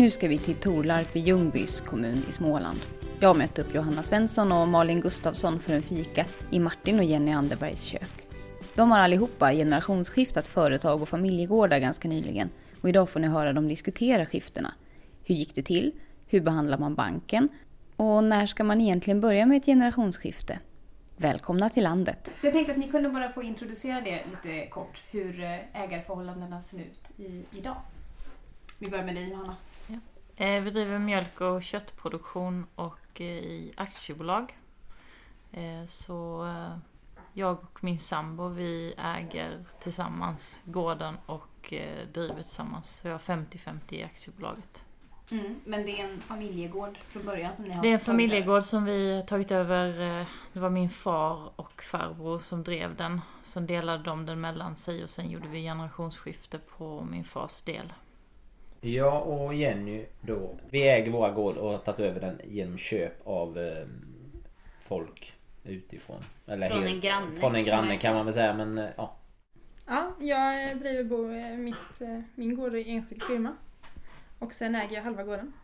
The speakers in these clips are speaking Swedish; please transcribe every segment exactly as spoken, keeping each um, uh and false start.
Nu ska vi till Torlarp i Ljungbys kommun i Småland. Jag har mött upp Johanna Svensson och Malin Gustafsson för en fika i Martin och Jenny Anderbergs kök. De har allihopa generationsskiftat företag och familjegårdar ganska nyligen och idag får ni höra dem diskutera skiftena. Hur gick det till? Hur behandlar man banken? Och när ska man egentligen börja med ett generationsskifte? Välkomna till landet. Så jag tänkte att ni kunde bara få introducera det lite kort, hur ägarförhållandena ser ut i, idag. Vi börjar med dig, Johanna. Ja. Eh, vi driver mjölk- och köttproduktion och eh, i aktiebolag. Eh, så eh, jag och min sambo, vi äger tillsammans gården och eh, driver tillsammans. Så jag har femtio femtio i aktiebolaget. Mm, men det är en familjegård från början som ni har? Det är en familjegård som vi har tagit över. Det var min far och farbror som drev den. Sen delade de den mellan sig och sen gjorde vi generationsskifte på min fars del. Jag och Jenny då, vi äger våra gård och har tagit över den genom köp av eh, folk utifrån. Eller från helt, en granne. Från en granne kan man väl säga, men eh, ja. Ja, jag driver bo, mitt, min gård i enskild firma. Och sen äger jag halva gården.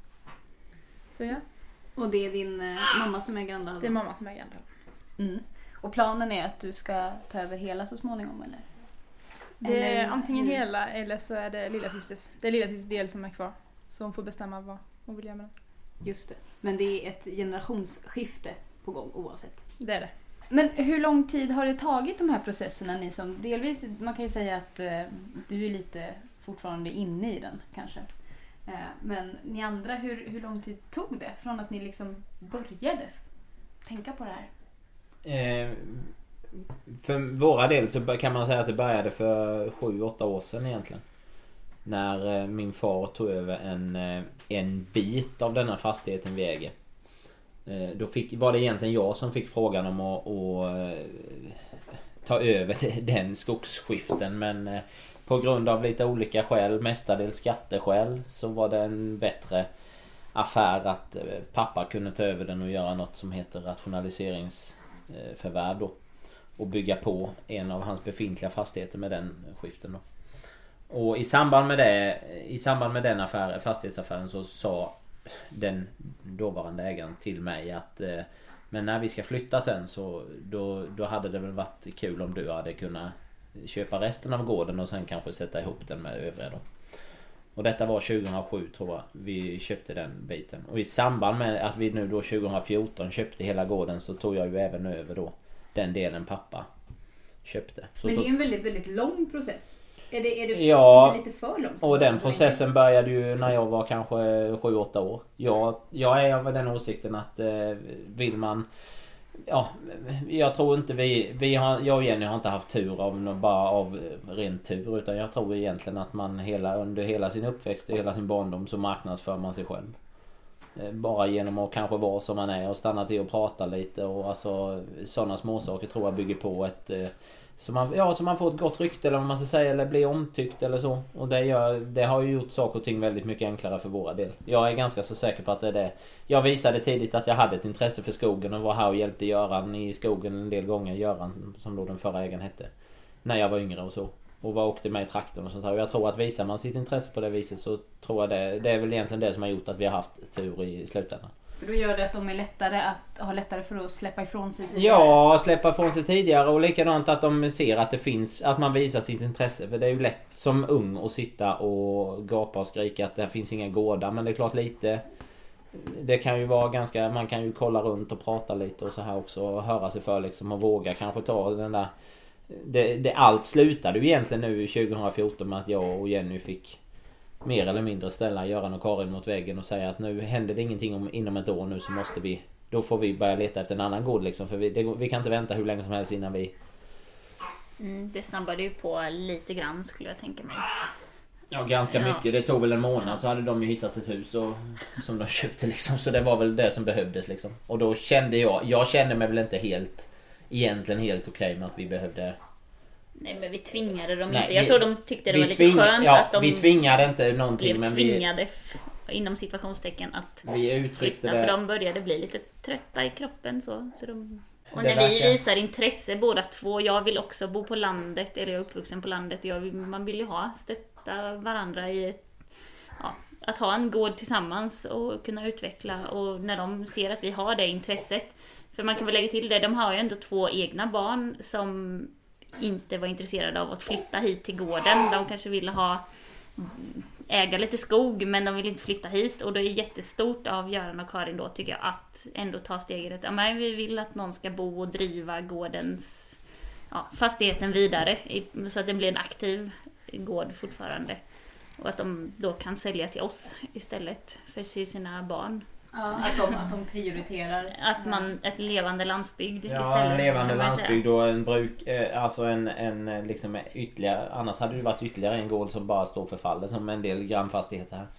Så ja. Och det är din eh, mamma som äger andra halvan? Det är mamma som äger andra halvan. Mm. Och planen är att du ska ta över hela så småningom, eller? Det är eller, antingen hur? hela eller så är det lilla systers. Det är lilla systers del som är kvar. Så hon får bestämma vad hon vill göra med den. Just det. Men det är ett generationsskifte på gång oavsett. Det är det. Men hur lång tid har det tagit de här processerna, ni som delvis, man kan ju säga att eh, du är lite fortfarande inne i den kanske. Eh, men ni andra, hur, hur lång tid tog det från att ni liksom började tänka på det här? Eh, för våra del så kan man säga att det började för sju åtta år sedan egentligen. När eh, min far tog över en, eh, en bit av denna fastigheten vi äger. Eh, då fick, var det egentligen jag som fick frågan om att, att eh, ta över den skogsskiften, men eh, på grund av lite olika skäl, mestadels skatteskäl, så var det en bättre affär att pappa kunde ta över den och göra något som heter rationaliseringsförvärv då. Och bygga på en av hans befintliga fastigheter med den skiften då. Och i samband med det, i samband med den affär, fastighetsaffären, så sa den dåvarande ägaren till mig att men när vi ska flytta sen så då, då hade det väl varit kul om du hade kunnat köpa resten av gården och sen kanske sätta ihop den med övriga då. Och detta var tjugohundrasju tror jag vi köpte den biten. Och i samband med att vi nu då tjugohundrafjorton köpte hela gården så tog jag ju även över då den delen pappa köpte. Så men det är så... ju en väldigt, väldigt lång process. Är det, är det ja, lite för långt? Och den processen började ju när jag var kanske sju åtta år. Jag, jag är av den åsikten att eh, vill man... Ja, jag tror inte vi, vi har, jag och Jenny har inte haft tur av bara av ren tur, utan jag tror egentligen att man hela, under hela sin uppväxt och hela sin barndom så marknadsför man sig själv. Bara genom att kanske vara som man är och stanna till och prata lite och alltså sådana småsaker tror jag bygger på ett så man, ja, så man får ett gott rykte eller vad man ska säga, eller blir omtyckt eller så. Och det, gör, det har ju gjort saker och ting väldigt mycket enklare för våra del. Jag är ganska så säker på att det är det. Jag visade tidigt att jag hade ett intresse för skogen och var här och hjälpte Göran i skogen en del gånger. Göran, som då den förra ägaren hette. När jag var yngre och så. Och var åkte med i trakten och sånt här. Och jag tror att visar man sitt intresse på det viset så tror jag det, det är väl egentligen det som har gjort att vi har haft tur i slutändan. För då gör det att de är lättare att ha lättare för att släppa ifrån sig tidigare. Ja, släppa ifrån sig tidigare och likadant att de ser att det finns, att man visar sitt intresse. För det är ju lätt som ung att sitta och gapa och skrika att det finns inga gårdar. Men det är klart lite, det kan ju vara ganska, man kan ju kolla runt och prata lite och så här också och höra sig för liksom och våga kanske ta den där. Det, det, allt slutade ju egentligen nu tjugohundrafjorton med att jag och Jenny fick mer eller mindre ställa Göran och Karin mot väggen och säga att nu händer det ingenting om, inom ett år nu så måste vi, då får vi börja leta efter en annan gård liksom, för vi, det, vi kan inte vänta hur länge som helst innan vi mm, det snabbade ju på lite grann skulle jag tänka mig. Ja, ganska ja. mycket, det tog väl en månad så hade de ju hittat ett hus och, som de köpte liksom, så det var väl det som behövdes liksom. Och då kände jag, jag kände mig väl inte helt egentligen helt okej okay med att vi behövde. Nej, men vi tvingade dem Nej, inte. Jag vi, tror de tyckte det var lite tving, skönt ja, att de vi tvingade inte någonting, blev men tvingade f- inom situationstecken att vi uttryckte flytta, det. För de började bli lite trötta i kroppen så, så de, och det när vi verkar... visar intresse båda två, jag vill också bo på landet, eller jag är uppvuxen på landet och jag vill, man vill ju ha stötta varandra i ett, ja, att ha en gård tillsammans och kunna utveckla, och när de ser att vi har det intresset. För man kan väl lägga till det, de har ju ändå två egna barn som inte var intresserade av att flytta hit till gården. De kanske ville ha äga lite skog, men de vill inte flytta hit, och det är jättestort av Göran och Karin då, tycker jag, att ändå ta steget att ja, men vi vill att någon ska bo och driva gårdens, ja, fastigheten vidare, så att den blir en aktiv gård fortfarande, och att de då kan sälja till oss istället för till sina barn. Ja, att, de, att de prioriterar att man, ett levande landsbygd ja, istället. En levande landsbygd säga. Och en bruk, eh, alltså en, en liksom ytterligare, annars hade det varit ytterligare en gård som bara står förfallet som en del grannfastigheter här.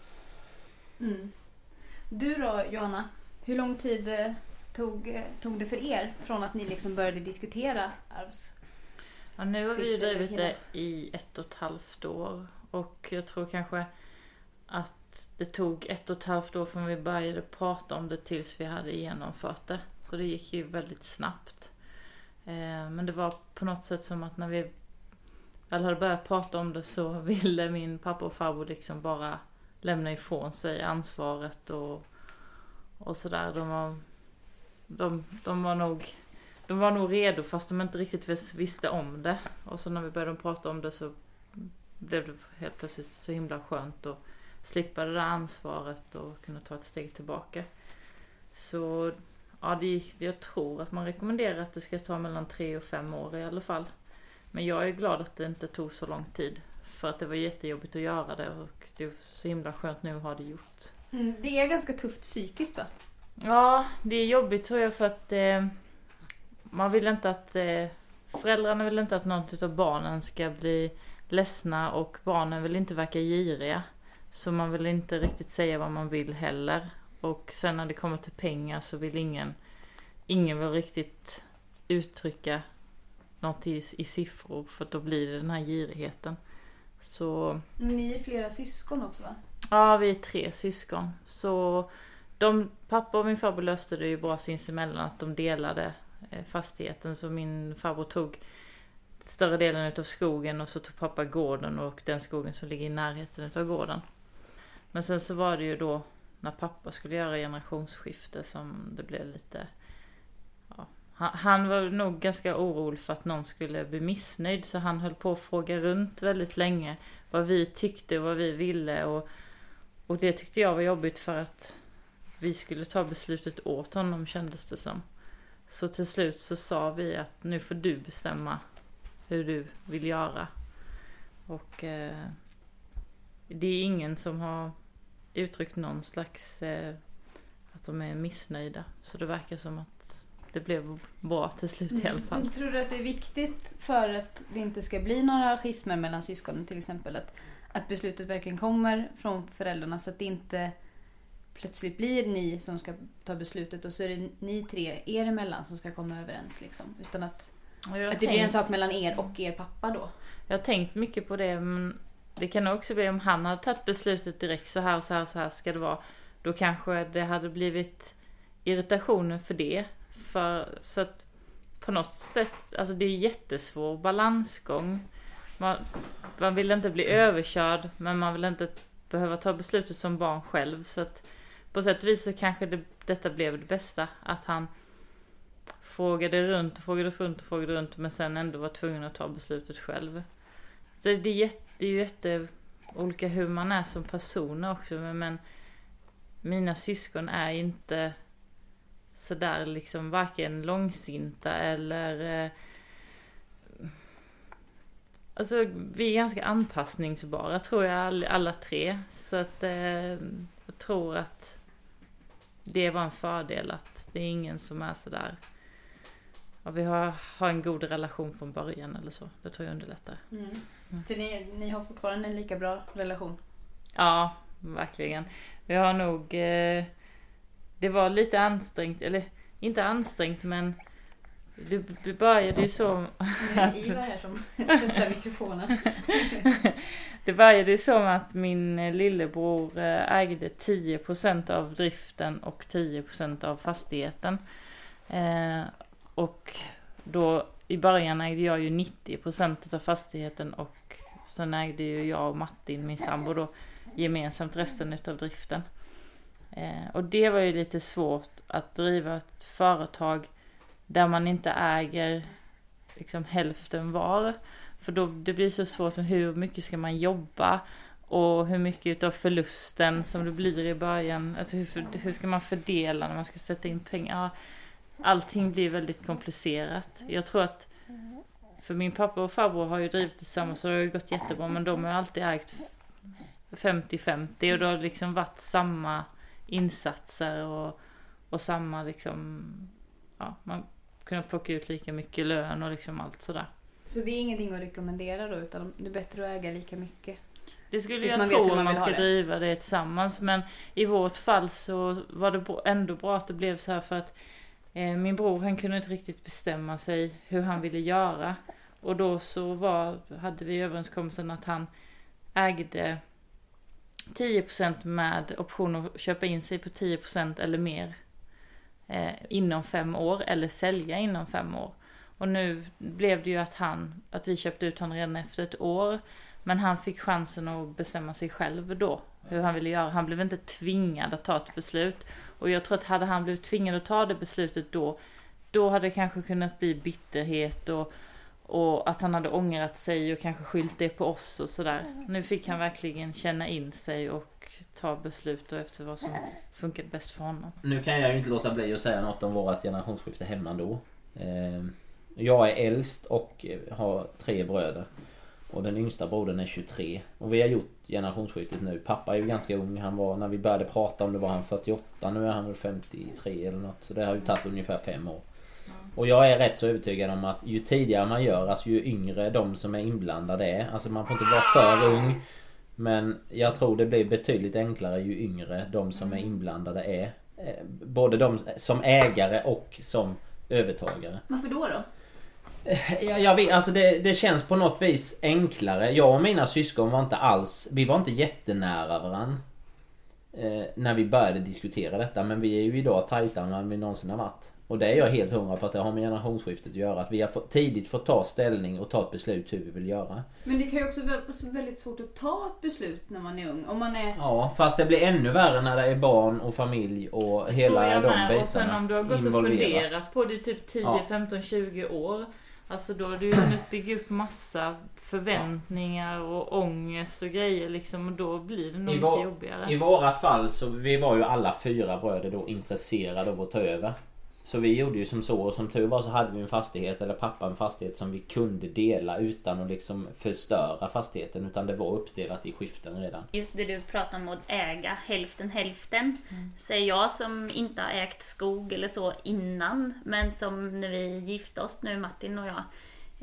Mm. Du då, Johanna, hur lång tid eh, tog, tog det för er från att ni liksom började diskutera arvs? Ja, nu har vi ju drivit det i ett och ett halvt år, och jag tror kanske att det tog ett och ett halvt år från vi började prata om det tills vi hade genomfört det. Så det gick ju väldigt snabbt. Eh, men det var på något sätt som att när vi väl hade börjat prata om det så ville min pappa och farbror liksom bara lämna ifrån sig ansvaret och, och sådär. De var, de, de var nog de var nog redo fast de inte riktigt visste om det. Och så när vi började prata om det så blev det helt plötsligt så himla skönt att slippa det där ansvaret och kunna ta ett steg tillbaka. Så ja, det, jag tror att man rekommenderar att det ska ta mellan tre och fem år i alla fall. Men jag är glad att det inte tog så lång tid. För att det var jättejobbigt att göra det, och det är så himla skönt nu att ha det gjort. Mm, det är ganska tufft psykiskt, va? Ja, det är jobbigt tror jag, för att eh, man vill inte att eh, föräldrarna vill inte att någon av barnen ska bli ledsna, och barnen vill inte verka giriga. Så man vill inte riktigt säga vad man vill heller. Och sen när det kommer till pengar så vill ingen ingen vill riktigt uttrycka något i, i siffror, för då blir det den här girigheten. Så ni är flera syskon också, va? ja, vi är tre syskon. Så de, pappa och min farbror löste det ju bra sinsemellan, att de delade eh, fastigheten. Så min farbror tog större delen av skogen, och så tog pappa gården och den skogen som ligger i närheten av gården. Men sen så var det ju då när pappa skulle göra generationsskifte som det blev lite... Ja, han, han var nog ganska orolig för att någon skulle bli missnöjd, så han höll på att fråga runt väldigt länge vad vi tyckte och vad vi ville. Och, och det tyckte jag var jobbigt, för att vi skulle ta beslutet åt honom, kändes det som. Så till slut så sa vi att nu får du bestämma hur du vill göra. Och eh, det är ingen som har uttryckt någon slags eh, att de är missnöjda. Så det verkar som att det blev bra till slut i alla fall. Mm. Tror du att det är viktigt för att det inte ska bli några schismer mellan syskonen till exempel, att, att beslutet verkligen kommer från föräldrarna, så att det inte plötsligt blir ni som ska ta beslutet och så är det ni tre er emellan som ska komma överens liksom, utan att Att det tänkt, blir en sak mellan er och er pappa då? Jag har tänkt mycket på det, men det kan också bli om han hade tagit beslutet direkt, så här och så här och så här ska det vara. Då kanske det hade blivit irritationen för det. För, så att på något sätt, alltså det är jättesvår balansgång. Man, man vill inte bli överkörd, men man vill inte behöva ta beslutet som barn själv. Så att på sätt och vis så kanske det, detta blev det bästa. Att han frågade runt och frågade runt och frågade runt, men sen ändå var tvungen att ta beslutet själv. Så det är, jätte, det är ju jätte olika hur man är som person också, men, men mina syskon är inte så där liksom varken långsinta eller eh, alltså vi är ganska anpassningsbara tror jag alla, alla tre, så att eh, jag tror att det var en fördel att det är ingen som är så där. Ja, vi har, har en god relation från början eller så. Det tror jag underlättar. Mm. Mm. För ni, ni har fortfarande en lika bra relation? Ja, verkligen. Vi har nog... Eh, det var lite ansträngt, eller inte ansträngt, men det, det började ju så... Det är Ivar här som testar mikrofonen. Det började ju så att min lillebror ägde tio procent av driften och tio procent av fastigheten. Eh, och då i början ägde jag ju nittio procent av fastigheten och Sen ägde ju jag och Martin, min sambo, då gemensamt resten utav driften. Eh, och det var ju lite svårt att driva ett företag där man inte äger liksom hälften var. För då det blir så svårt med hur mycket ska man jobba och hur mycket av förlusten som det blir i början. Alltså hur, hur ska man fördela när man ska sätta in pengar? Ja, allting blir väldigt komplicerat. Jag tror att för min pappa och farbror har ju drivit tillsammans så det har ju gått jättebra, men de har alltid ägt femtio femtio och då har det liksom varit samma insatser och, och samma liksom, ja, man kunde plocka ut lika mycket lön och liksom allt sådär. Så det är ingenting att rekommendera då, utan det är bättre att äga lika mycket? Det skulle Just jag man tro vet hur om man man vill ska ha det. driva det tillsammans, men i vårt fall så var det ändå bra att det blev så här, för att eh, min bror, han kunde inte riktigt bestämma sig hur han ville göra, och då så var, hade vi överenskommelsen att han ägde tio procent med option att köpa in sig på tio procent eller mer eh, inom fem år eller sälja inom fem år. Och nu blev det ju att han att vi köpte ut honom redan efter ett år, men han fick chansen att bestämma sig själv då hur han ville göra. Han blev inte tvingad att ta ett beslut, och jag tror att hade han blivit tvingad att ta det beslutet då då hade det kanske kunnat bli bitterhet och Och att han hade ångrat sig och kanske skyllt det på oss och sådär. Nu fick han verkligen känna in sig och ta beslut och efter vad som funkade bäst för honom. Nu kan jag ju inte låta bli att säga något om vårat generationsskifte hemma då. Jag är äldst och har tre bröder. Och den yngsta brodern är tjugotre. Och vi har gjort generationsskiftet nu. Pappa är ju ganska ung. Han var, när vi började prata om det var han fyrtioåtta. Nu är han väl femtiotre eller något. Så det har ju tagit ungefär fem år. Och jag är rätt så övertygad om att ju tidigare man gör, alltså ju yngre de som är inblandade är. Alltså man får inte vara för ung. Men jag tror det blir betydligt enklare ju yngre de som är inblandade är. Både de som ägare och som övertagare. Varför då då? Jag, jag vet, alltså det, det känns på något vis enklare. Jag och mina syskon var inte alls, vi var inte jättenära varandra eh, när vi började diskutera detta. Men vi är ju idag tajtare än vi någonsin har varit. Och det är jag helt hundra på att det har med generationsskiftet att göra. Att vi har fått, tidigt fått ta ställning och ta ett beslut hur vi vill göra. Men det kan ju också vara väldigt svårt att ta ett beslut när man är ung. Om man är... Ja, fast det blir ännu värre när det är barn och familj och hela de bitarna. Och sen om du har gått och funderat på det typ tio, femton, tjugo år. Alltså då har du ju hunnit bygga upp massa förväntningar och ångest och grejer liksom, och då blir det nog mycket vår, jobbigare. I vårat fall så vi var ju alla fyra bröder då intresserade av att ta över. Så vi gjorde ju som så, och som tur var så hade vi en fastighet, eller pappa en fastighet som vi kunde dela utan att liksom förstöra fastigheten, utan det var uppdelat i skiften redan. Just det du pratar om att äga hälften hälften, mm. säger jag som inte har ägt skog eller så innan, men som när vi gifte oss nu, Martin och jag,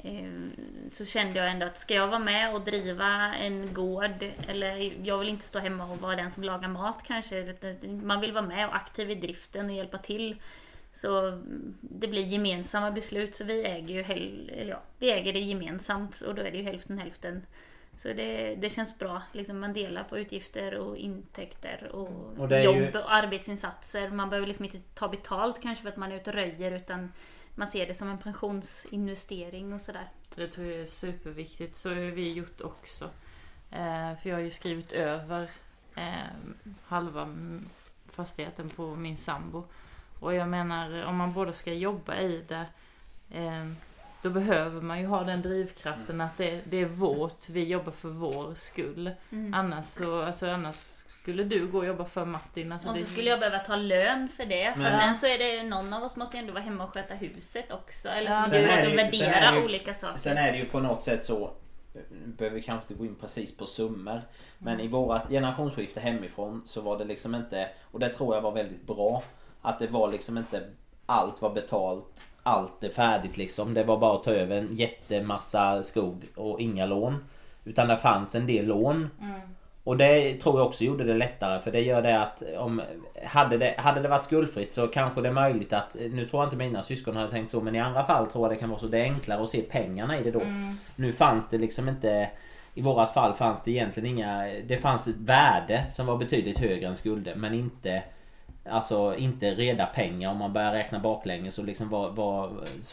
så kände jag ändå att ska jag vara med och driva en gård, eller jag vill inte stå hemma och vara den som lagar mat kanske, man vill vara med och aktiv i driften och hjälpa till. Så det blir gemensamma beslut, så vi äger ju hel, eller ja, vi äger det gemensamt, och då är det ju hälften hälften. Så det, det känns bra, liksom man delar på utgifter och intäkter och, och jobb ju... och arbetsinsatser. Man behöver liksom inte ta betalt kanske för att man är ute och röjer, utan man ser det som en pensionsinvestering och sådär. Det tror jag är superviktigt, så har vi gjort också. Eh, för jag har ju skrivit över eh, halva fastigheten på min sambo. Och jag menar, om man både ska jobba i det, eh, då behöver man ju ha den drivkraften att det, det är vårt, vi jobbar för vår skull. Mm. Annars, så, alltså, annars skulle du gå och jobba för Martin. Alltså och så det... skulle jag behöva ta lön för det. För Men... sen så är det, någon av oss måste ändå vara hemma och sköta huset också. Eller ja, så måste man värdera ju, olika saker. Sen är det ju på något sätt så, behöver vi kanske inte gå in precis på summor. Men mm. i vårat generationsskifte hemifrån så var det liksom inte, och det tror jag var väldigt bra, att det var liksom inte allt var betalt, allt är färdigt liksom. Det var bara att ta över en jättemassa skog och inga lån. Utan det fanns en del lån. Mm. Och det tror jag också gjorde det lättare. För det gör det att om hade det, hade det varit skuldfritt så kanske det är möjligt att, nu tror jag inte mina syskon hade tänkt så, men i andra fall tror jag det kan vara så det är enklare att se pengarna i det då. Mm. Nu fanns det liksom inte, i vårat fall fanns det egentligen inga, det fanns ett värde som var betydligt högre än skulder, men inte alltså inte reda pengar om man börjar räkna baklänges och liksom var, var så.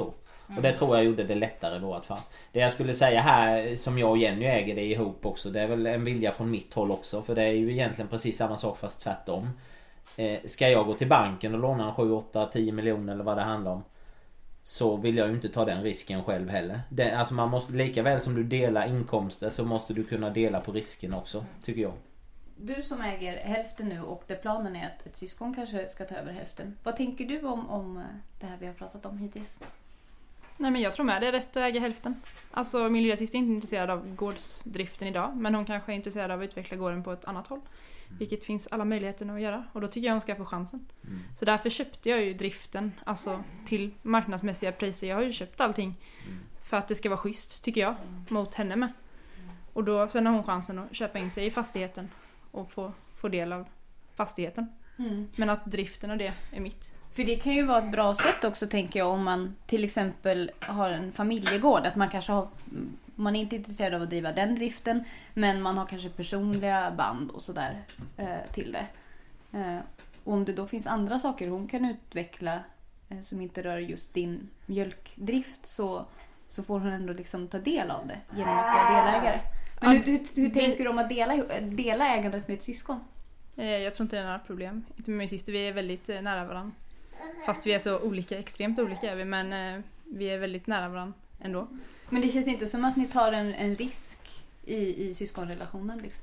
Och det tror jag gjorde det lättare i vårt fall. Det jag skulle säga här, som jag och Jenny äger det ihop också, det är väl en vilja från mitt håll också. För det är ju egentligen precis samma sak fast tvärtom. Eh, ska jag gå till banken och låna en sju, åtta, tio miljoner eller vad det handlar om, så vill jag ju inte ta den risken själv heller. Det, alltså man måste, lika väl som du delar inkomster, så måste du kunna dela på risken också, tycker jag. Du som äger hälften nu och där planen är att ett syskon kanske ska ta över hälften. Vad tänker du om, om det här vi har pratat om hittills? Nej, men jag tror med det är rätt att äga hälften. Alltså min lillasyster är inte intresserad av gårdsdriften idag, men hon kanske är intresserad av att utveckla gården på ett annat håll. Mm. Vilket finns alla möjligheter att göra, och då tycker jag hon ska få chansen. Mm. Så därför köpte jag ju driften, alltså till marknadsmässiga priser. Jag har ju köpt allting mm. för att det ska vara schysst, tycker jag, mm. mot henne med. Mm. Och då sen har hon chansen att köpa in sig i fastigheten och få, få del av fastigheten. Mm. Men att driften och det är mitt. För det kan ju vara ett bra sätt också, tänker jag, om man till exempel har en familjegård. Att man kanske har, man är inte intresserad av att driva den driften, men man har kanske personliga band och sådär eh, till det. Eh, och om det då finns andra saker hon kan utveckla eh, som inte rör just din mjölkdrift, så, så får hon ändå liksom ta del av det genom att vara delägare. Men hur, hur, hur tänker du om att dela, dela ägandet med ett syskon? Eh, jag tror inte det är några problem. Inte med min syster, vi är väldigt eh, nära varandra. Fast vi är så olika, extremt olika är vi, men eh, vi är väldigt nära varandra ändå. Men det känns inte som att ni tar en, en risk i, i syskonrelationen liksom?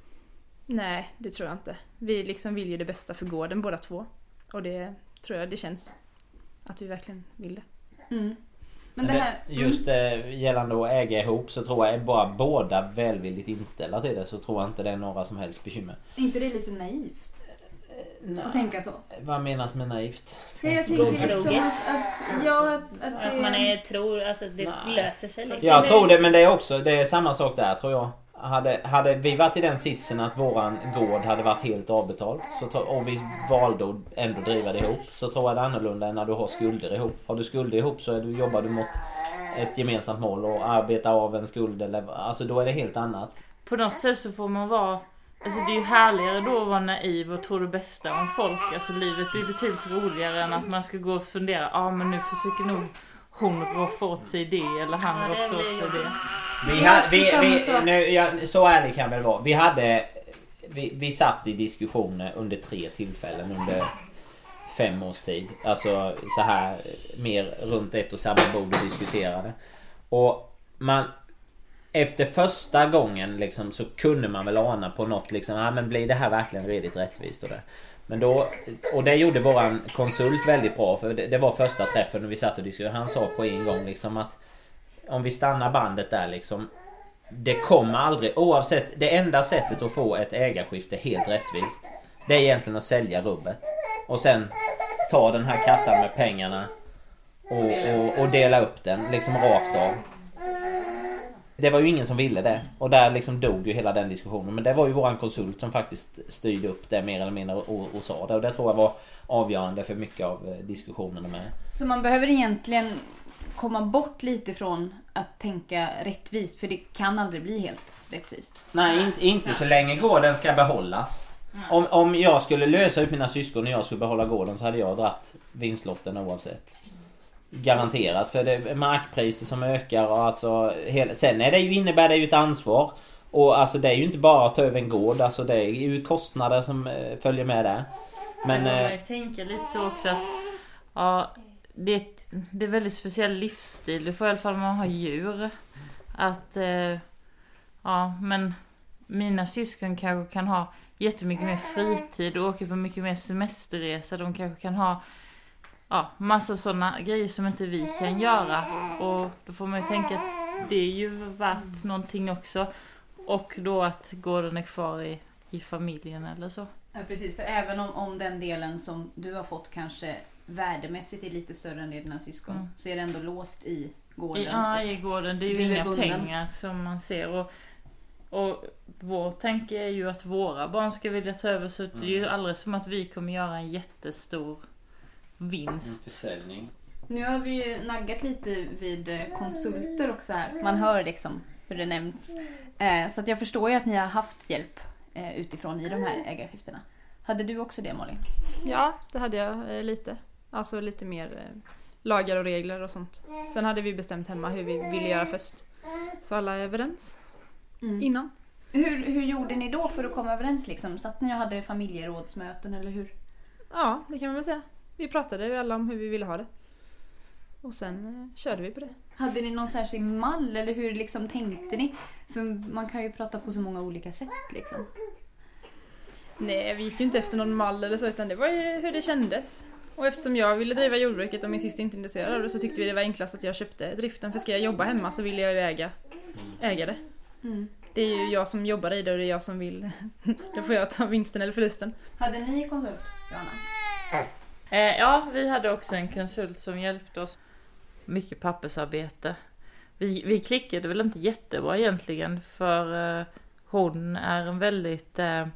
Nej, det tror jag inte. Vi liksom vill ju det bästa för gården båda två. Och det tror jag det känns att vi verkligen vill det. Mm. Men det här, just eh, gällande att äga ihop, så tror jag är bara båda välvilligt inställda till det, så tror jag inte det är några som helst bekymmer. Inte det är lite naivt? Nej. Att tänka så. Vad menas med naivt? Nej, jag tänker liksom att, att, ja, att, att, att det, man är, tror alltså, att det nej. löser sig. Liksom. Jag tror det, men det är också det är samma sak där, tror jag. Hade, hade vi varit i den sitsen att våran gård hade varit helt avbetald, så, och vi valde att ändå driva det ihop, så tror jag det är annorlunda än när du har skulder ihop. Har du skulder ihop, så är du, jobbar du mot ett gemensamt mål och arbetar av en skuld, eller, alltså då är det helt annat. På något sätt så får man vara, alltså det är ju härligare då att vara naiv och tro det bästa om folk. Alltså livet blir betydligt roligare än att man ska gå och fundera, ja ah, men nu försöker nog hon roffa åt sig det, eller han roffa åt sig det. Vi ha, vi, vi, nu, ja, så ärlig kan väl vara. Vi hade vi, vi satt i diskussioner under tre tillfällen under fem års tid. Alltså så här mer runt ett och samma bord och diskuterade. Och man efter första gången liksom, så kunde man väl ana på något liksom, ja, men blir det här verkligen redigt rättvist och det. Men då, och det gjorde våran konsult väldigt bra, för det, det var första träffen och vi satt och diskuterade. Han sa på en gång liksom att om vi stannar bandet där liksom, det kommer aldrig, oavsett, det enda sättet att få ett ägarskifte helt rättvist, det är egentligen att sälja rubbet och sen ta den här kassan med pengarna och, och, och dela upp den liksom rakt av. Det var ju ingen som ville det, och där liksom dog ju hela den diskussionen. Men det var ju våran konsult som faktiskt styrde upp det mer eller mindre och, och sa det, och det tror jag var avgörande för mycket av diskussionerna med. Så man behöver egentligen komma bort lite från att tänka rättvist, för det kan aldrig bli helt rättvist. Nej, inte, inte så länge gården ska behållas. Om, om jag skulle lösa ut mina syskon och jag skulle behålla gården, så hade jag dratt vinstlotten oavsett. Garanterat, för det är markpriser som ökar och alltså, hela, sen är det ju, innebär det ju ett ansvar. Och alltså det är ju inte bara att ta över en gård, alltså det är ju kostnader som eh, följer med där. Men Men eh, jag tänker lite så också att ja, det är, ett, det är väldigt speciell livsstil. Det får i alla fall man har djur. Att eh, ja, men mina syskon kanske kan ha jättemycket mer fritid och åka på mycket mer semesterresa. De kanske kan ha ja, massa sådana grejer som inte vi kan göra. Och då får man ju tänka att det är ju värt någonting också. Och då att gården är kvar i, i familjen eller så. Ja, precis. För även om, om den delen som du har fått kanske värdemässigt är lite större än dina syskon, mm. så är det ändå låst i gården. I, ja, i gården. Det är ju inga är pengar som man ser. Och, och vår tanke är ju att våra barn ska vilja ta över, så mm. det är ju aldrig som att vi kommer göra en jättestor vinst. Försäljning. Nu har vi ju naggat lite vid konsulter också här. Man hör liksom hur det nämns. Eh, så att jag förstår ju att ni har haft hjälp eh, utifrån i de här ägarskiftena. Hade du också det, Malin? Ja, det hade jag eh, lite. Alltså lite mer eh, lagar och regler och sånt. Sen hade vi bestämt hemma hur vi ville göra först. Så alla är överens Mm. innan. Hur, hur gjorde ni då för att komma överens liksom? Satt ni och hade familjerådsmöten eller hur? Ja, det kan man väl säga. Vi pratade ju alla om hur vi ville ha det. Och sen eh, körde vi på det. Hade ni någon särskild mall eller hur liksom tänkte ni? För man kan ju prata på så många olika sätt liksom. Nej, vi gick ju inte efter någon mall eller så, utan det var ju hur det kändes. Och eftersom jag ville driva jordbruket och min syster inte intresserad av det, så tyckte vi det var enklast att jag köpte driften. För ska jag jobba hemma så vill jag ju äga, äga det. Mm. Det är ju jag som jobbar i det och det är jag som vill. Då får jag ta vinsten eller förlusten. Hade ni konsult, Johanna? Eh, ja, vi hade också en konsult som hjälpte oss. Mycket pappersarbete. Vi, vi klickade väl inte jättebra egentligen, för eh, hon är en väldigt eh,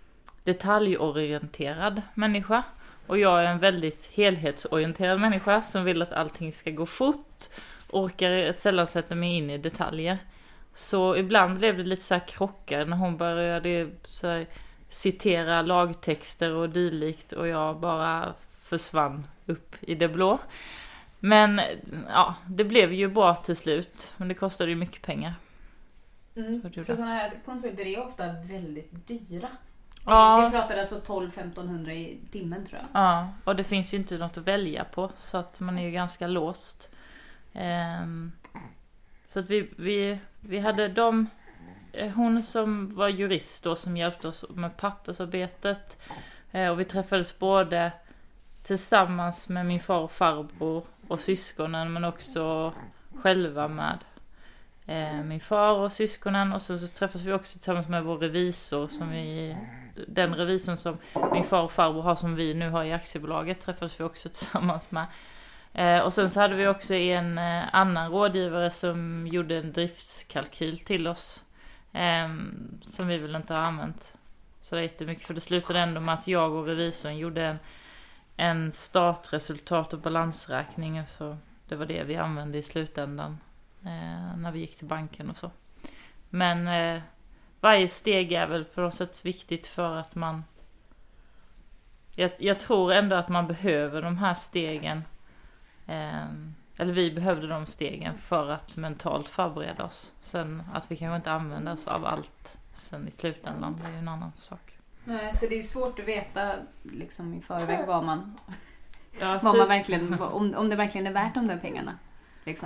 detaljorienterad människa. Och jag är en väldigt helhetsorienterad människa som vill att allting ska gå fort. Orkar sällan sätta mig in i detaljer. Så ibland blev det lite så här krockar när hon började så här citera lagtexter och dylikt, och jag bara försvann upp i det blå. Men ja, det blev ju bra till slut, men det kostade ju mycket pengar. Mm. För sådana här konsulter är ju ofta väldigt dyra. Ja. Vi pratade alltså tolv till femton hundra i timmen tror jag. Ja, och det finns ju inte något att välja på, så att man är ju ganska låst. Um, så att vi, vi, vi hade de, hon som var jurist då som hjälpte oss med pappersarbetet, uh, och vi träffades både tillsammans med min far och farbror och syskonen, men också själva med uh, min far och syskonen, och sen så träffades vi också tillsammans med vår revisor som vi, den revisorn som min far och farbror har som vi nu har i aktiebolaget, träffades vi också tillsammans med. Eh, och sen så hade vi också en eh, annan rådgivare som gjorde en driftskalkyl till oss. Eh, som vi väl inte har använt så det är jättemycket. För det slutade ändå med att jag och revisorn gjorde en, en startresultat och balansräkning. Så det var det vi använde i slutändan. Eh, när vi gick till banken och så. Men eh, varje steg är väl på något sätt viktigt för att man... Jag, jag tror ändå att man behöver de här stegen. Eh, eller vi behövde de stegen för att mentalt förbereda oss. Sen att vi kanske inte använder oss av allt sen i slutändan, det är ju en annan sak. Nej, så det är svårt att veta liksom, i förväg vad man, Ja, vad man verkligen, om, om det verkligen är värt de där pengarna. Liksom.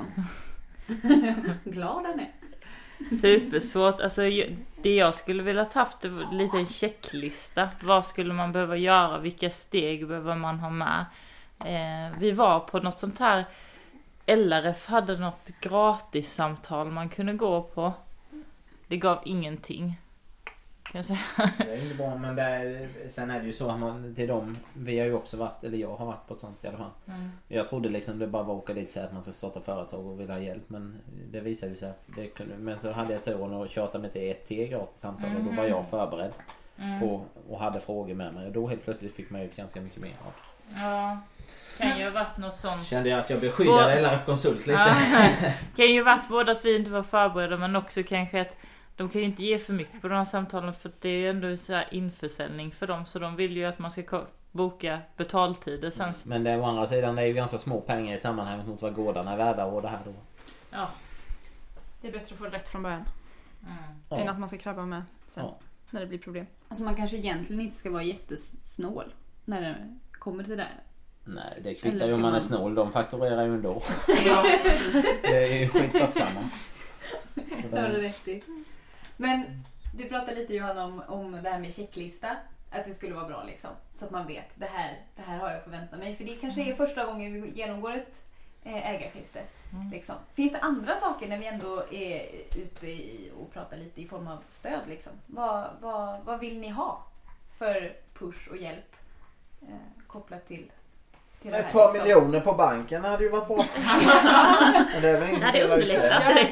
Glad den är. Supersvårt. Alltså, det jag skulle vilja ha haft är lite en checklista. Vad skulle man behöva göra? Vilka steg behöver man ha med? Eh, vi var på något sånt här... L R F hade något gratis samtal man kunde gå på. Det gav ingenting. Kan jag säga. Det är inte bra, men det är, sen är det ju så att man, till dem, vi har ju också varit, eller jag har varit på ett sånt i alla fall. Mm. Jag trodde liksom det bara var att åka dit så att man ska starta företag och vill ha hjälp, men det visade sig att det kunde, men så hade jag turen och tjata mig till ett till gratis samtal mm. och då var jag förberedd mm. på och hade frågor med mig och då helt plötsligt fick man ut ganska mycket mer av. Ja, kan ju ha varit något sånt. Kände jag att jag beskyddade L R F-konsult lite. Ja. Kan ju ha varit både att vi inte var förberedda, men också kanske att de kan ju inte ge för mycket på de här samtalen, för det är ju ändå så här införsäljning för dem, så de vill ju att man ska boka betaltider sen. Mm. Men det är å andra sidan, det är ju ganska små pengar i sammanhanget mot vad gårdarna är värda och det här då. Ja. Det är bättre att få rätt från början. Mm. Ja. Än att man ska krabba med sen ja. När det blir problem. Alltså man kanske egentligen inte ska vara jättesnål när det kommer till det. Nej, det kvittar ju om man är snål. De fakturerar ju ändå. Ja. Det är ju skitsamma. Det har du rätt i. Men du pratade lite Johanna om, om det här med checklista. Att det skulle vara bra liksom. Så att man vet, det här, det här har jag förväntat mig. För det kanske är första gången vi genomgår ett ägarskifte. Mm. Liksom. Finns det andra saker när vi ändå är ute i, och pratar lite i form av stöd? Liksom? Vad, vad, vad vill ni ha för push och hjälp eh, kopplat till, till det här? Ett par liksom? miljoner på banken hade ju varit bra. Det är väl inte det underlättat rätt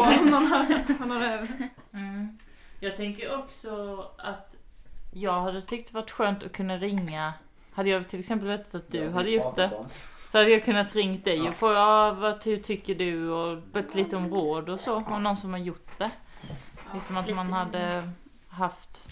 mycket. Mm. Jag tänker också att jag hade tyckt det varit skönt att kunna ringa. Hade jag till exempel vetat att du jag hade gjort det, så hade jag kunnat ringa dig ja. och få, ja, vad hur tycker du, och bett lite om råd och så, om någon som har gjort det. Liksom att man hade haft,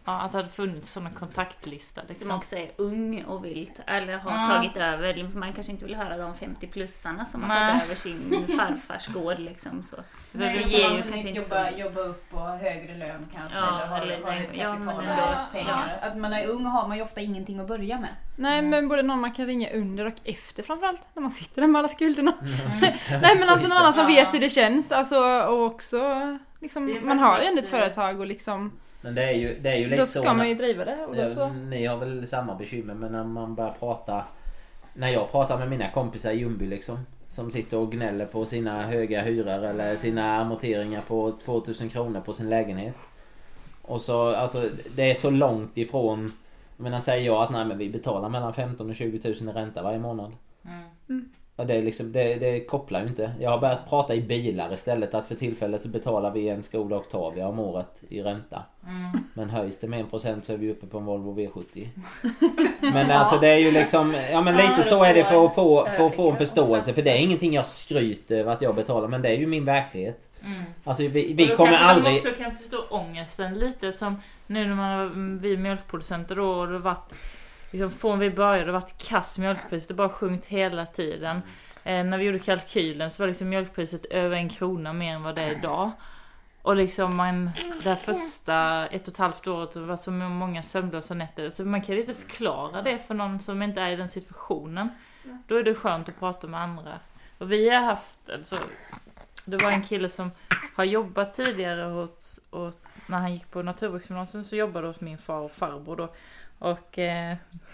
Ja, att det hade funnits sådana kontaktlistor. Liksom. Som också är ung och vilt. Eller har Ja. tagit över. Man kanske inte vill höra de femtio-plussarna som har Nej. tagit över sin farfars gård. Liksom, så. Nej, det och så ger har ju man kanske hunnit inte jobba, så... jobba upp och högre lön kanske. Ja, eller har, eller- har ett ja, kapital men och ändå. haft pengar. Att man är ung har man ju ofta ingenting att börja med. Nej, men både någon man kan ringa under och efter framförallt. När man sitter där med alla skulderna. Nej, men alltså någon annan som vet hur det känns. Alltså, och också, liksom, Det är man har ju faktiskt ändå ett lite- företag och liksom, Men det är ju, det är ju lite då så ska när- man ju driva det. Och då Ja, så. ni har väl samma bekymmer, men när man börjar prata, när jag pratar med mina kompisar i Ljungby liksom, som sitter och gnäller på sina höga hyror eller sina amorteringar på tvåtusen kronor på sin lägenhet. Och så, alltså det är så långt ifrån, jag menar, säger jag att nej, men vi betalar mellan femton och tjugo tusen i ränta varje månad. Mm. Och det, är liksom, det, det kopplar ju inte. Jag har börjat prata i bilar istället, att för tillfället så betalar vi en Skoda Octavia om året i ränta. Mm. Men höjs det med en procent så är vi uppe på en Volvo V sjuttio. Men alltså det är ju liksom, ja men lite så är det för att få, för att få en förståelse. För det är ingenting jag skryter över att jag betalar, men det är ju min verklighet. Mm. Alltså vi, Och vi då kommer kanske aldrig... de också kan förstå ångesten lite, som nu när man har, vi mjölkproducenter då, och det har varit liksom, från vi började, det har varit kass mjölkpris, det bara sjunkit hela tiden. Eh, när vi gjorde kalkylen så var liksom mjölkpriset över en krona mer än vad det är idag. Och liksom man, det här första ett och ett halvt året, det var så många sömnlösa nätter, så man kan inte förklara det för någon som inte är i den situationen. Då är det skönt att prata med andra. Och vi har haft, alltså, det var en kille som har jobbat tidigare åt, åt, när han gick på Naturvårdsgymnasium så jobbade hos min far och farbror då. Och eh,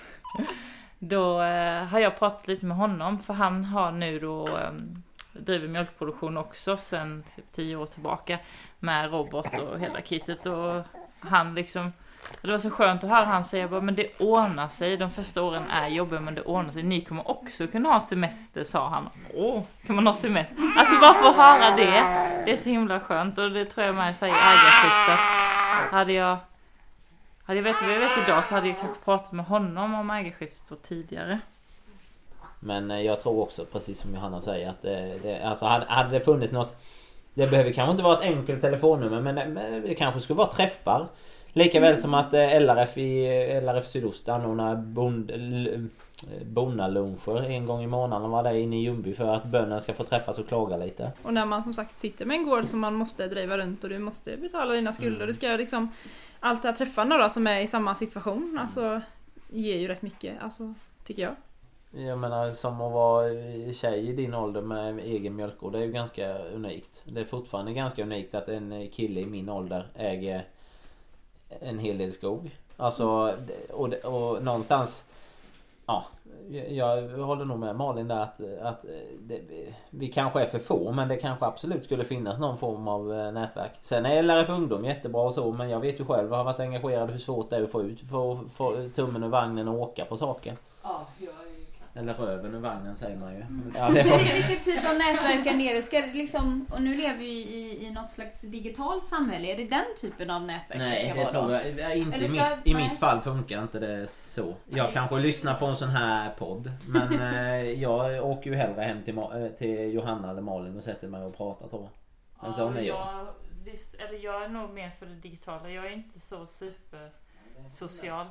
då eh, har jag pratat lite med honom, för han har nu då eh, driver mjölkproduktion också sedan typ tio år tillbaka med robot och hela kittet, och han liksom, det var så skönt att höra han säga bara, men det ordnar sig, de första åren är jobbiga men det ordnar sig, ni kommer också kunna ha semester, sa han. Åh, kan man ha semester? Alltså bara få höra det, det är så himla skönt, och det tror jag med sig i ägarskiftet. Hade jag hade jag vet vad jag vet idag, så hade jag kanske pratat med honom om ägarskiftet och tidigare. Men eh, jag tror också, precis som Johanna säger, att det, det, alltså hade, hade det funnits något, det behöver kanske inte vara ett enkelt telefonnummer, men det, men det kanske skulle vara träffar. Likaväl som att eh, L R F i L R F Sydost anordnar bond, l- bonnaluncher en gång i månaden, var det inne i Ljungby, för att bönderna ska få träffas och klaga lite. Och när man som sagt sitter med en gård som man måste driva runt och du måste betala dina skulder. Mm. Du ska liksom alltid träffa några som är i samma situation. Alltså ger ju rätt mycket, alltså, tycker jag. Jag menar, som att vara tjej i din ålder med egen mjölkgård, det är ju ganska unikt. Det är fortfarande ganska unikt att en kille i min ålder äger en hel del skog. Alltså, och, och någonstans, ja, jag håller nog med Malin där att, att det, vi kanske är för få, men det kanske absolut skulle finnas någon form av nätverk. Sen är L R F Ungdom jättebra och så, men jag vet ju själv, jag har varit engagerad hur svårt det är att få ut, få, få tummen ur vagnen och åka på saker. Ja, jag är ju Eller röven ur vagnen säger man ju. Mm. Ja, det var... Men vilken typ av nätverk är nere? Ska det liksom, och nu lever vi i, i något slags digitalt samhälle. Är det den typen av nätverk Nej, det det ska vara tror då? jag inte. Eller I, ska- mitt, I nej. mitt fall funkar inte det så. Jag Nej. kanske lyssnar på en sån här podd. Men eh, jag åker ju hellre hem till, Ma- eh, till Johanna eller Malin och sätter mig och pratar, tror jag. Men sån är jag. jag, lys- eller jag är nog mer för det digitala. Jag är inte så super social.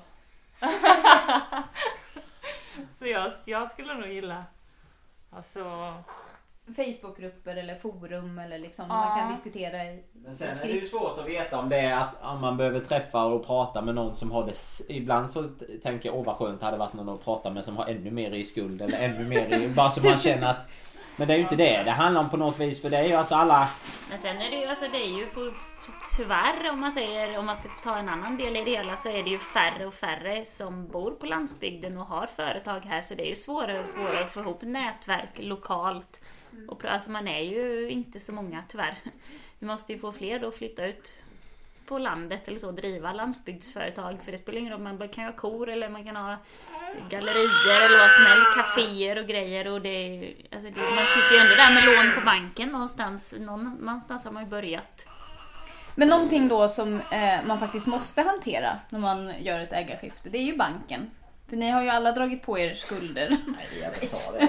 Så jag, jag skulle nog gilla, alltså, Facebookgrupper eller forum eller liksom Ja. man kan diskutera i, Men i sen är det ju skrift. svårt att veta om det är att om man behöver träffa och prata med någon som har det. s- Ibland så t- tänker jag, åh vad skönt hade varit någon att prata med som har ännu mer i skuld eller ännu mer i, bara så man känner att. Men det är ju inte det det handlar om på något vis, för det är ju alltså alla. Men sen är det ju, alltså det är ju för, tyvärr, om man säger, om man ska ta en annan del i det hela, så är det ju färre och färre som bor på landsbygden och har företag här, så det är ju svårare och svårare att få ihop nätverk lokalt. Och alltså man är ju inte så många, tyvärr. Vi måste ju få fler då att flytta ut på landet eller så, driva landsbygdsföretag, för det spelar ingen roll, man kan ju ha kor eller man kan ha gallerier eller vad som helst, kaféer och grejer, och det är ju, alltså det, man sitter ju ändå där med lån på banken någonstans, någonstans har man ju börjat. Men någonting då som eh, man faktiskt måste hantera när man gör ett ägarskifte, det är ju banken. För ni har ju alla dragit på er skulder. Nej, jag vill ta det.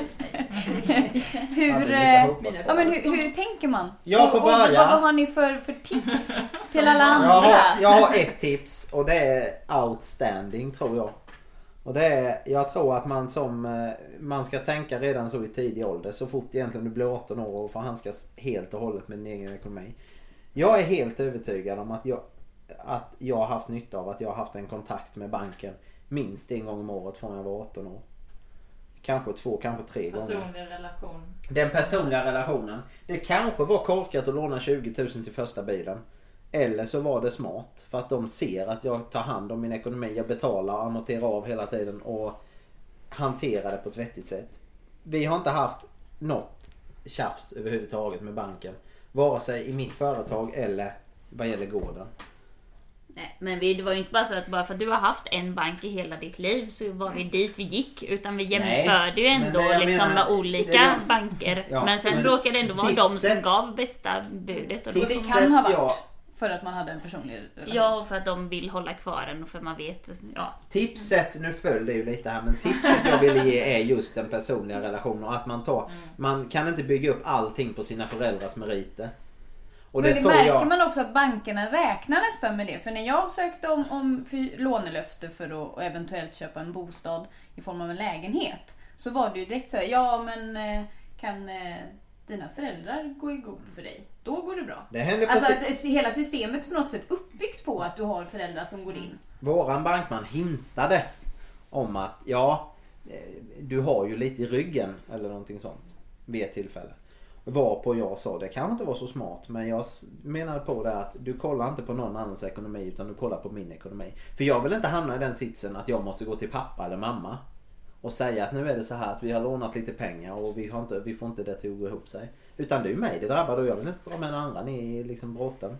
hur, Hade lika eh, hoppas på ja, men det. hur, hur tänker man? Jag får och, och, börja. vad, vad har ni för, för tips till alla andra? Jag har, jag har ett tips och det är outstanding tror jag. Och det är, jag tror att man som, eh, man ska tänka redan så i tidig ålder, så fort egentligen du blir arton år och får handskas helt och hållet med din egen ekonomi. Jag är helt övertygad om att jag, att jag har haft nytta av att jag har haft en kontakt med banken minst en gång om året från jag var arton år. Kanske två, kanske tre gånger. Personlig relation. Den personliga relationen. Det kanske var korkat att låna tjugo tusen till första bilen. Eller så var det smart. För att de ser att jag tar hand om min ekonomi. Jag betalar, amorterar av hela tiden. Och hanterar det på ett vettigt sätt. Vi har inte haft något tjafs överhuvudtaget med banken. Vare sig i mitt företag eller vad gäller gården. Nej, men vi, det var ju inte bara så att bara för att du har haft en bank i hela ditt liv så var vi dit vi gick. Utan vi jämförde ju ändå men jag liksom menar- med olika det- banker. Ja, men sen men råkade det ändå vara de som tipset- gav bästa budet. Och då, Och det Tipset, kan ha varit ja. för att man hade en personlig relation. ja, för att de vill hålla kvar en och för man vet. Ja. Tipset, nu föll det ju lite här, men tipset jag ville ge är just den personliga relationen. Och att man tar, man kan inte bygga upp allting på sina föräldrars meriter. Och Men det tror märker jag, man också att bankerna räknar nästan med det. För när jag sökte om, om för lånelöfte för att eventuellt köpa en bostad i form av en lägenhet, så var det ju direkt så här, ja men eh, kan eh, dina föräldrar gå i god för dig? Då går det bra. det händer Alltså precis. att hela systemet är på något sätt uppbyggt på att du har föräldrar som går in. Våran bankman hintade om att ja, eh, du har ju lite i ryggen eller någonting sånt vid ett tillfälle. Varpå jag sa, det kanske inte var så smart, men jag s- menade på det att du kollar inte på någon annans ekonomi utan du kollar på min ekonomi. För jag vill inte hamna i den sitsen att jag måste gå till pappa eller mamma och säga att nu är det så här att vi har lånat lite pengar och vi, har inte, vi får inte det till att gå ihop sig. Utan det är ju mig det drabbar och jag vill inte dra med några andra i liksom bråten.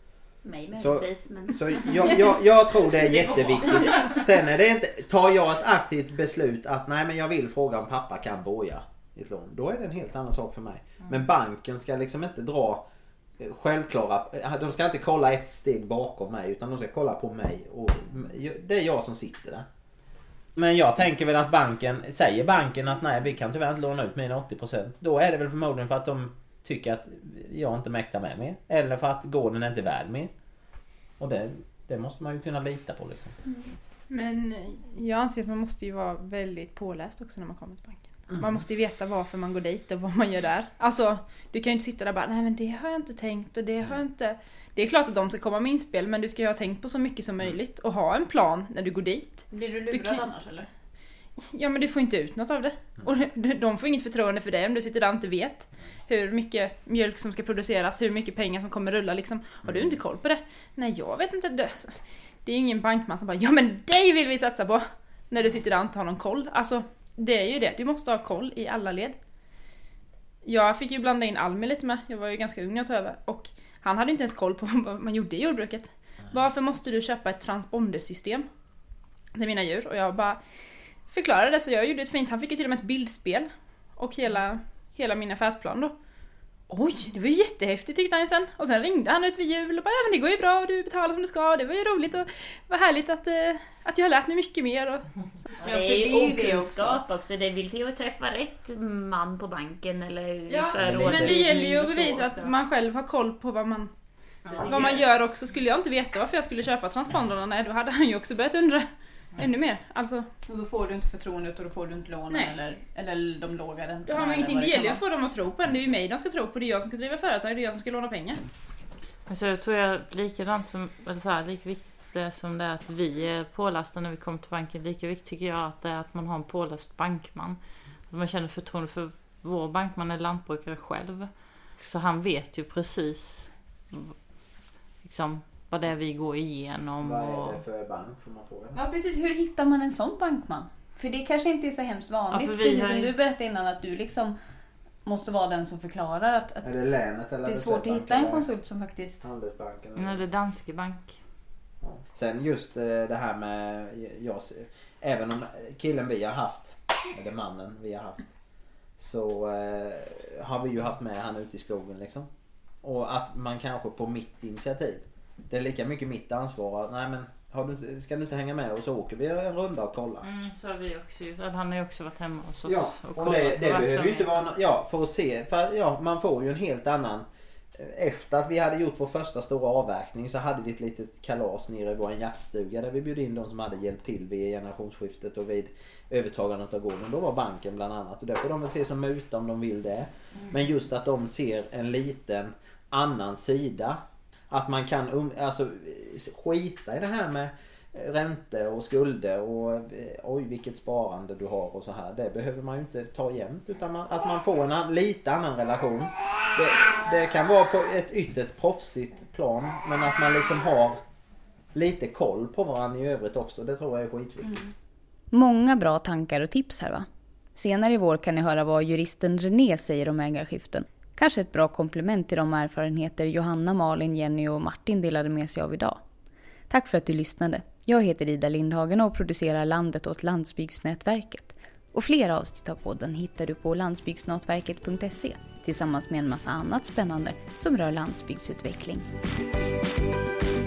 Mig Så- möjligtvis, men... Så jag, jag, jag tror det är jätteviktigt. Sen är det inte, tar jag ett aktivt beslut att nej men jag vill fråga om pappa kan boja ett lån. Då är det en helt annan sak för mig. Men banken ska liksom inte dra eh, självklara, de ska inte kolla ett steg bakom mig utan de ska kolla på mig och det är jag som sitter där. Men jag tänker väl att banken, säger banken att nej vi kan tyvärr inte låna ut mina åttio procent. Då är det väl förmodligen för att de tycker att jag inte mäktar med mer. Eller för att gården är inte värd mer. Och det, det måste man ju kunna lita på liksom. Men jag anser att man måste ju vara väldigt påläst också när man kommer till banken. Man måste ju veta varför man går dit och vad man gör där. Alltså, du kan ju inte sitta där och bara, nej men det har jag inte tänkt och det har jag inte... Det är klart att de ska komma med inspel, men du ska ju ha tänkt på så mycket som möjligt och ha en plan när du går dit. Blir du Du lurad kan- annars eller? Ja, men du får inte ut något av det. Och de får inget förtroende för dig om du sitter där och inte vet hur mycket mjölk som ska produceras, hur mycket pengar som kommer rulla liksom. Har du inte koll på det? Nej, jag vet inte. Det det är ingen bankman som bara, ja men dig vill vi satsa på. När du sitter där och inte har någon koll. Alltså, det är ju det. Du måste ha koll i alla led. Jag fick ju blanda in Almi lite med. Jag var ju ganska ung när jag tog över. Och han hade inte ens koll på vad man gjorde i jordbruket. Varför måste du köpa ett transpondersystem till mina djur? Och jag bara förklarade det, så jag gjorde ett fint. Han fick ju till och med ett bildspel. Och hela, hela min affärsplan då. Oj, det var ju jättehäftigt tyckte han sen. Och sen ringde han ut vid jul och bara, ja men det går ju bra och du betalar som du ska. Det var ju roligt och vad härligt att, eh, att jag har lärt mig mycket mer. Och... Ja, för det är det ju är ju det okunskap också. Det vill till att träffa rätt man på banken eller Ja, förråd. men det gäller ju att och så bevisa också. att man själv har koll på vad man, Ja. vad man gör också. Skulle jag inte veta varför jag skulle köpa transponderna, nej då hade han ju också börjat undra ännu mer. Alltså, Och då får du inte förtroendet och då får du inte lånen Nej. eller, eller de låga räntorna. ja, men eller ingenting, vad det gäller ju kan att få dem att tro på en. Det är ju mig de ska tro på. Det är jag som ska driva företag, det är jag som ska låna pengar. Men så tror jag likadant som, eller så här, lika viktigt det som det är att vi är pålasta när vi kommer till banken. Lika viktigt tycker jag att det är att man har en påläst bankman. Att man känner förtroende för vår bankman är lantbrukare själv. Så han vet ju precis liksom vad det är vi går igenom. Vad är Och... det för bank får man fråga? Ja precis, hur hittar man en sån bankman? För det kanske inte är så hemskt vanligt. Ja, för vi precis har som ju- du berättade innan att du liksom måste vara den som förklarar att, att Är det länet eller det är det svårt att Swedbank hitta en eller konsult som faktiskt... Handelsbanken? Eller Danske Bank. Ja. Sen just eh, det här med, jag, ser- även om killen vi har haft, eller mannen vi har haft, så eh, har vi ju haft med han ute i skogen liksom. Och att man kanske på mitt initiativ det är lika mycket mitt ansvar att, nej men har du, ska du inte hänga med och så åker vi en runda och kollar. Mm, så har vi också gjort. Han har ju också varit hemma hos oss. Ja, och, och kollat det, på det behöver ju inte verksamheten. vara, ja för att se, för ja man får ju en helt annan. Efter att vi hade gjort vår första stora avverkning så hade vi ett litet kalas nere i vår jaktstuga där vi bjöd in de som hade hjälpt till vid generationsskiftet och vid övertagandet av gården. Då var banken bland annat och det får de väl se som muta om de vill det. Mm. Men just att de ser en liten annan sida. Att man kan um, alltså, skita i det här med räntor och skulder och oj vilket sparande du har och så här. Det behöver man ju inte ta jämt utan man, att man får en lite annan relation. Det, det kan vara på ett ytterst proffsigt plan men att man liksom har lite koll på varandra i övrigt också. Det tror jag är skitviktigt. Mm. Många bra tankar och tips här va? Senare i vår kan ni höra vad juristen René säger om ägarskiften. Kanske ett bra komplement till de erfarenheter Johanna, Malin, Jenny och Martin delade med sig av idag. Tack för att du lyssnade. Jag heter Ida Lindhagen och producerar Landet åt Landsbygdsnätverket. Och fler avsnitt av podden hittar du på landsbygdsnätverket punkt se tillsammans med en massa annat spännande som rör landsbygdsutveckling.